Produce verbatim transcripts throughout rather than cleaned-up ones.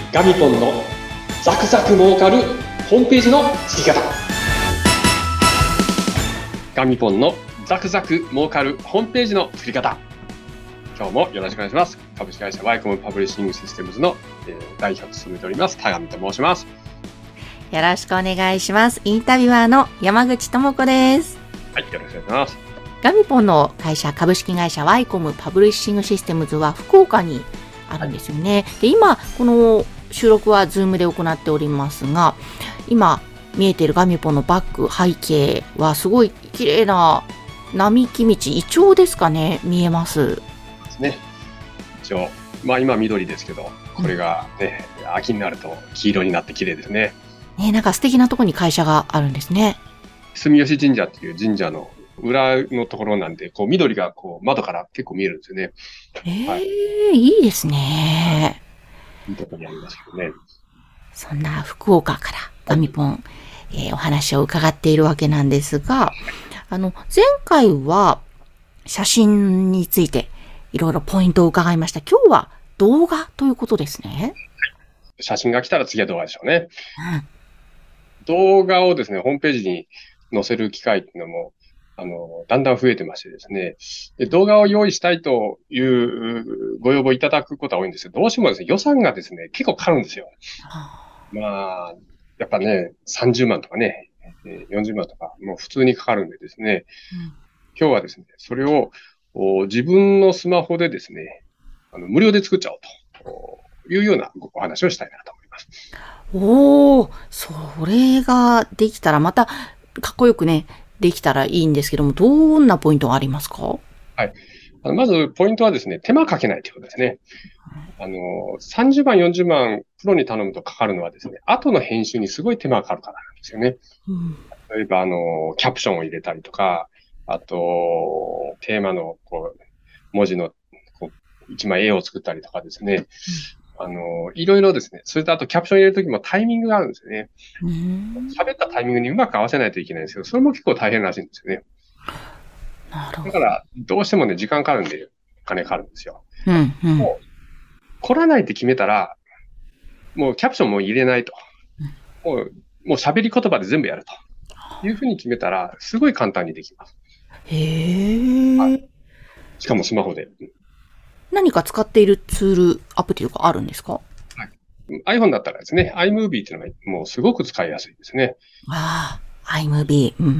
ガミポンのザクザク儲かるホームページの作り方。ガミポンのザクザク儲かるホームページの作り方。今日もよろしくお願いします。株式会社ワイコムパブリッシングシステムズの、えー、代表を務めております田上と申します。 よろしくお願いします。インタビュアーの山口智子です。 はい、よろしくお願いします。 ガミポンの会社株式会社ワイコムパブリッシングシステムズは福岡にあるんですよね。で、今この収録はズームで行っておりますが、今見えているガミポンのバック背景はすごい綺麗な並木道、イチョウですかね、見えます。 ですね。一応、まあ今緑ですけど、これがね、うん、秋になると黄色になって綺麗ですね。 ね、なんか素敵なところに会社があるんですね。 住吉神社っていう神社の裏のところなんで、こう緑がこう窓から結構見えるんですよね。 えー、はい、いいですね。 いいところにありますけどね。 そんな福岡からガミポン、えー、お話を伺っているわけなんですが、あの前回は写真についていろいろポイントを伺いました。今日は動画ということですね。 写真が来たら次は動画でしょうね。 うん、 動画をですね、ホームページに載せる機会っていうのも、あの、だんだん増えてましてですね、で動画を用意したいというご要望いただくことは多いんですけど、どうしてもですね、予算がですね、結構かかるんですよ。まあ、やっぱね、さんじゅうまんとかね、よんじゅうまんとか、もう普通にかかるんでですね、うん、今日はですね、それを自分のスマホでですね、あの無料で作っちゃおうというようなお話をしたいなと思います。 おー、それができたらまたかっこよくね、できたらいいんですけども、どんなポイントがありますか？ はい。あのまず、ポイントはですね、手間かけないということですね。あの、さんじゅうまん、よんじゅうまん、プロに頼むとかかるのはですね、後の編集にすごい手間がかかるからなんですよね。うん、例えば、あの、キャプションを入れたりとか、あと、テーマの、こう、文字の、こう、一枚絵を作ったりとかですね。うん、あの、いろいろですね、それとあとキャプション入れるときもタイミングがあるんですよね。喋ったタイミングにうまく合わせないといけないんですけど、それも結構大変らしいんですよね。 なるほど。 だから、どうしてもね、時間かかるんで、お金かかるんですよ。 うんうん、 もう、凝らないって決めたら、もうキャプションも入れないと。もう、もう喋り言葉で全部やるというふうに決めたら、すごい簡単にできます。 へー。はい、 しかもスマホで。 何か使っているツール、アプリとかあるんですか？ はい。iPhone だったらですね、iMovie っていうのがもうすごく使いやすいですね。 ああ、iMovie。うんうんうん。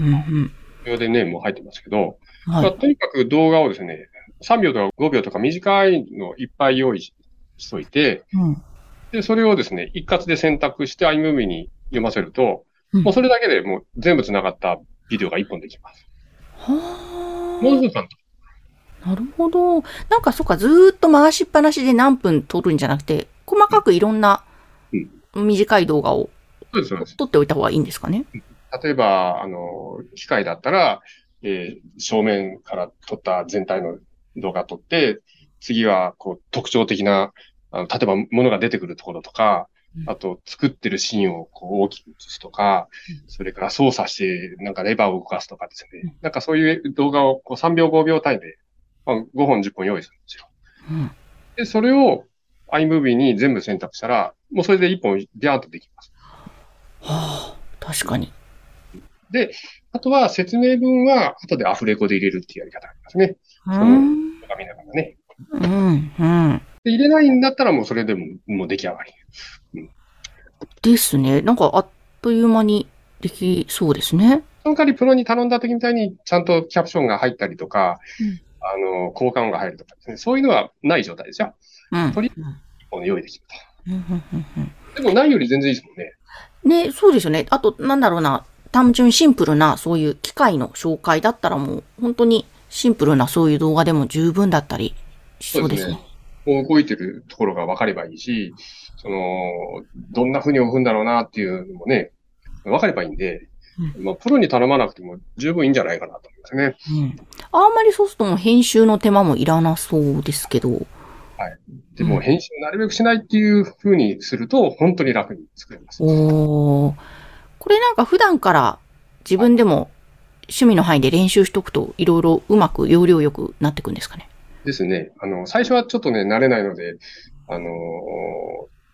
無料でね、もう入ってますけど、はい、まあ、とにかく動画をですね、さんびょうとかごびょうとか短いのをいっぱい用意しといて、うん、で、それをですね、一括で選択して iMovie に読ませると、うん、もうそれだけでもう全部繋がったビデオがいっぽんできます。はあ。もうすぐ簡単。 なるほど。なんかそっか、ずーっと回しっぱなしで何分撮るんじゃなくて、細かくいろんな短い動画を撮っておいた方がいいんですかね。 例えば、あの、機械だったら、えー、正面から撮った全体の動画撮って、次はこう特徴的な、あの例えば物が出てくるところとか、あと作ってるシーンをこう大きく映すとか、それから操作してなんかレバーを動かすとかですね。なんかそういう動画をこうさんびょうごびょう単位でごほんじゅっぽん用意するんですよ。うん、で、それを iMovie に全部選択したら、もうそれでいっぽんビャーンとできます。 はあ、確かに。 で、あとは説明文は後でアフレコで入れるっていうやり方がありますね。その動画見ながらね。 うんうん、 で入れないんだったらもうそれでももう出来上がり。 うん、ですね。なんかあっという間にできそうですね。 その代わりプロに頼んだ時みたいにちゃんとキャプションが入ったりとか、うん、あの、効果音が入るとかですね。そういうのはない状態ですよ。うん。とりあえず用意できると。うんうんうんうん、でもないより全然いいですもんね。 ね、そうですよね。あと、なんだろうな。単純シンプルなそういう機械の紹介だったらもう本当にシンプルなそういう動画でも十分だったりしそうですね。 そうですね。動いてるところが分かればいいし、その、どんな風に動くんだろうなっていうのもね、分かればいいんで、うん、まあ、プロに頼まなくても十分いいんじゃないかなと思いますね。 うん。あんまりそうするともう編集の手間もいらなそうですけど。 はい。でも編集なるべくしないっていう風にすると本当に楽に作れます。 おー。これなんか普段から自分でも趣味の範囲で練習しとくといろいろうまく要領よくなっていくんですかね。 ですね。あの、最初はちょっとね、慣れないので、あのー、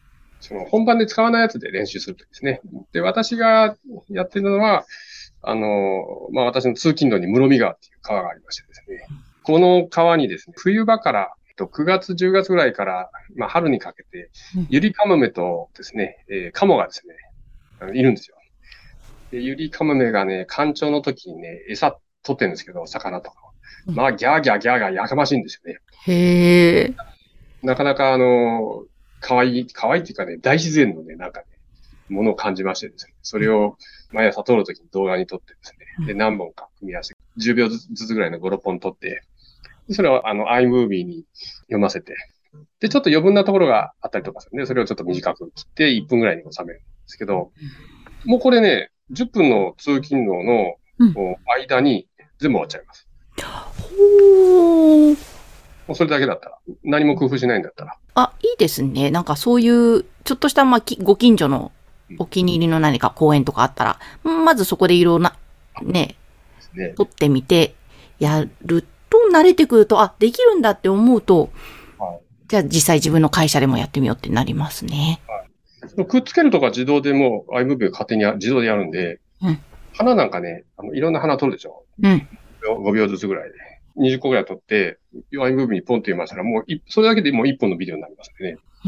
その本番で使わないやつで練習するときですね。で、私がやってるのは、あの、まあ、私の通勤路に室見川っていう川がありましてですね。この川にですね、冬場から、くがつ、じゅうがつぐらいから、まあ、春にかけて、ユリカモメとですね、えー、カモがですね、いるんですよ。で、ユリカモメがね、干潮の時にね、餌取ってるんですけど、魚とか。まあ、ギャーギャーギャーがやかましいんですよね。 へー。 なかなか、あの、可愛い、可愛いっていうかね、大自然のね、なんかね、ものを感じましてですね。それを毎朝撮るときに動画に撮ってですね。で、何本か組み合わせて、じゅうびょうずつぐらいのご、ろっぽん撮って、それをあの iMovie に読ませて、で、ちょっと余分なところがあったりとかするんで、それをちょっと短く切っていっぷんぐらいに収めるんですけど、もうこれね、じゅっぷんの通勤路の間に全部終わっちゃいます。 ほー。 もうそれだけだったら。何も工夫しないんだったら。 あ、いいですね。なんかそういう、ちょっとした、まあ、ご近所のお気に入りの何か公園とかあったら、まずそこでいろんな、ね、ね撮ってみて、やると慣れてくると、あ、できるんだって思うと、はい、じゃあ実際自分の会社でもやってみようってなりますね。 はい、くっつけるとか自動でもう iMovie が勝手に自動でやるんで、うん、花なんかね、あのいろんな花撮るでしょ。うん。ごびょうずつぐらいで。にじゅっこぐらい撮って、iMovie にポンと言いましたら、もうい、それだけでもういっぽんのビデオになりますんでね。うん。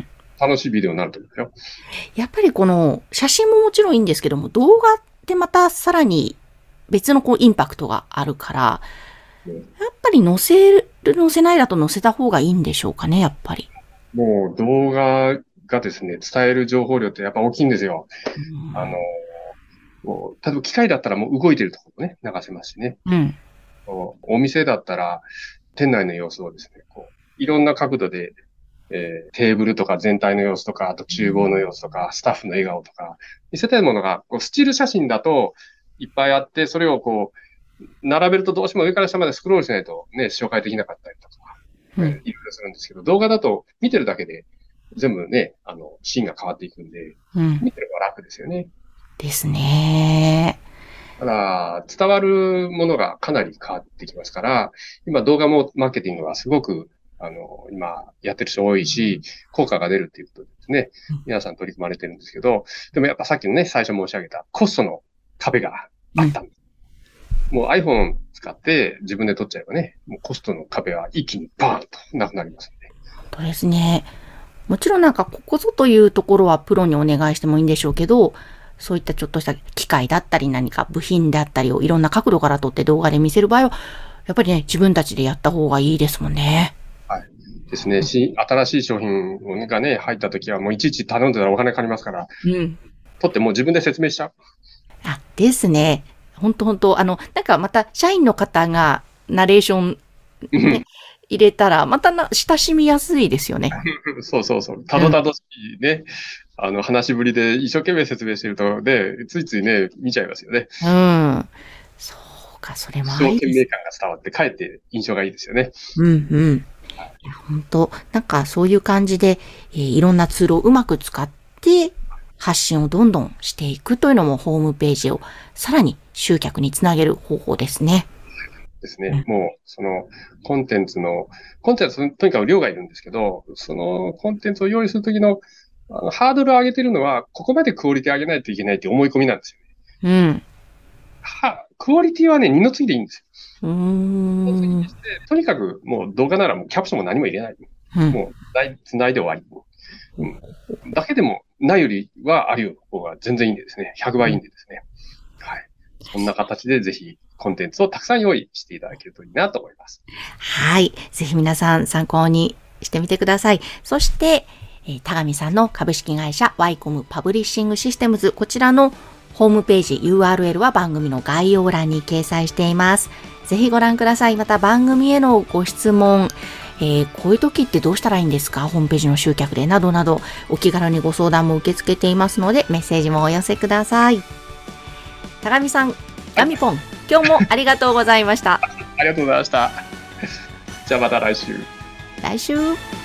楽しいビデオになると思うよ。 やっぱりこの写真ももちろんいいんですけども、動画ってまたさらに別のこうインパクトがあるから、うん、やっぱり載せる、載せないだと載せた方がいいんでしょうかね、やっぱり。 もう動画がですね、伝える情報量ってやっぱ大きいんですよ。うん、あの、もう例えば機械だったらもう動いてるところね、流せますしね。うん。お店だったら、店内の様子をですね、こう、いろんな角度で、えー、テーブルとか全体の様子とか、あと厨房の様子とか、スタッフの笑顔とか、見せたいものが、こう、スチール写真だといっぱいあって、それをこう、並べるとどうしても上から下までスクロールしないとね、紹介できなかったりとか、うん、いろいろするんですけど、動画だと見てるだけで全部ね、あの、シーンが変わっていくんで、うん、見てる方が楽ですよね。 ですね。 ただ、伝わるものがかなり変わってきますから、今動画もマーケティングはすごく、あの、今やってる人多いし、効果が出るっていうことですね。皆さん取り組まれてるんですけど、でもやっぱさっきのね、最初申し上げたコストの壁があったんです。うん、もう iPhone 使って自分で撮っちゃえばね、もうコストの壁は一気にバーンとなくなりますので。 本当ですね。もちろんなんかここぞというところはプロにお願いしてもいいんでしょうけど、そういったちょっとした機械だったり何か部品であったりをいろんな角度から撮って動画で見せる場合は、やっぱりね、自分たちでやった方がいいですもんね。 はい。ですね。し、新しい商品がね、入った時はもういちいち頼んでたらお金かかりますから、うん。撮ってもう自分で説明しちゃう。 あ、ですね。本当本当あの、なんかまた社員の方がナレーション、ね、入れたら、またな親しみやすいですよね。 そうそうそう。たどたどしいね。うん、あの、話しぶりで一生懸命説明してると、ね、ついついね、見ちゃいますよね。 うん。そうか、それもありです。 一生懸命感が伝わって、かえって印象がいいですよね。 うんうん。いや、本当なんかそういう感じで、えー、いろんなツールをうまく使って、発信をどんどんしていくというのもホームページをさらに集客につなげる方法ですね。 ですね。うん、もう、その、コンテンツの、コンテンツ、とにかく量がいるんですけど、そのコンテンツを用意するときの、あの、ハードルを上げてるのは、ここまでクオリティ上げないといけないって思い込みなんですよね。うん。は、クオリティはね、二の次でいいんですよ。うーん。とにかく、もう動画ならもうキャプションも何も入れない。うん、もう、繋いで終わり。うん。だけでも、ないよりはあるよの方が全然いいんでですね。ひゃくばいいいんでですね。はい。そんな形でぜひ、コンテンツをたくさん用意していただけるといいなと思います。 はい。ぜひ皆さん参考にしてみてください。そして、えー、田上さんの株式会社ワイコムパブリッシングシステムズ、こちらのホームページ ユーアールエル は番組の概要欄に掲載しています。ぜひご覧ください。また番組へのご質問、えー、こういう時ってどうしたらいいんですか？ホームページの集客でなどなどお気軽にご相談も受け付けていますのでメッセージもお寄せください。田上さん、ガミポン、今日もありがとうございました。 ありがとうございました。じゃあまた来週。 来週。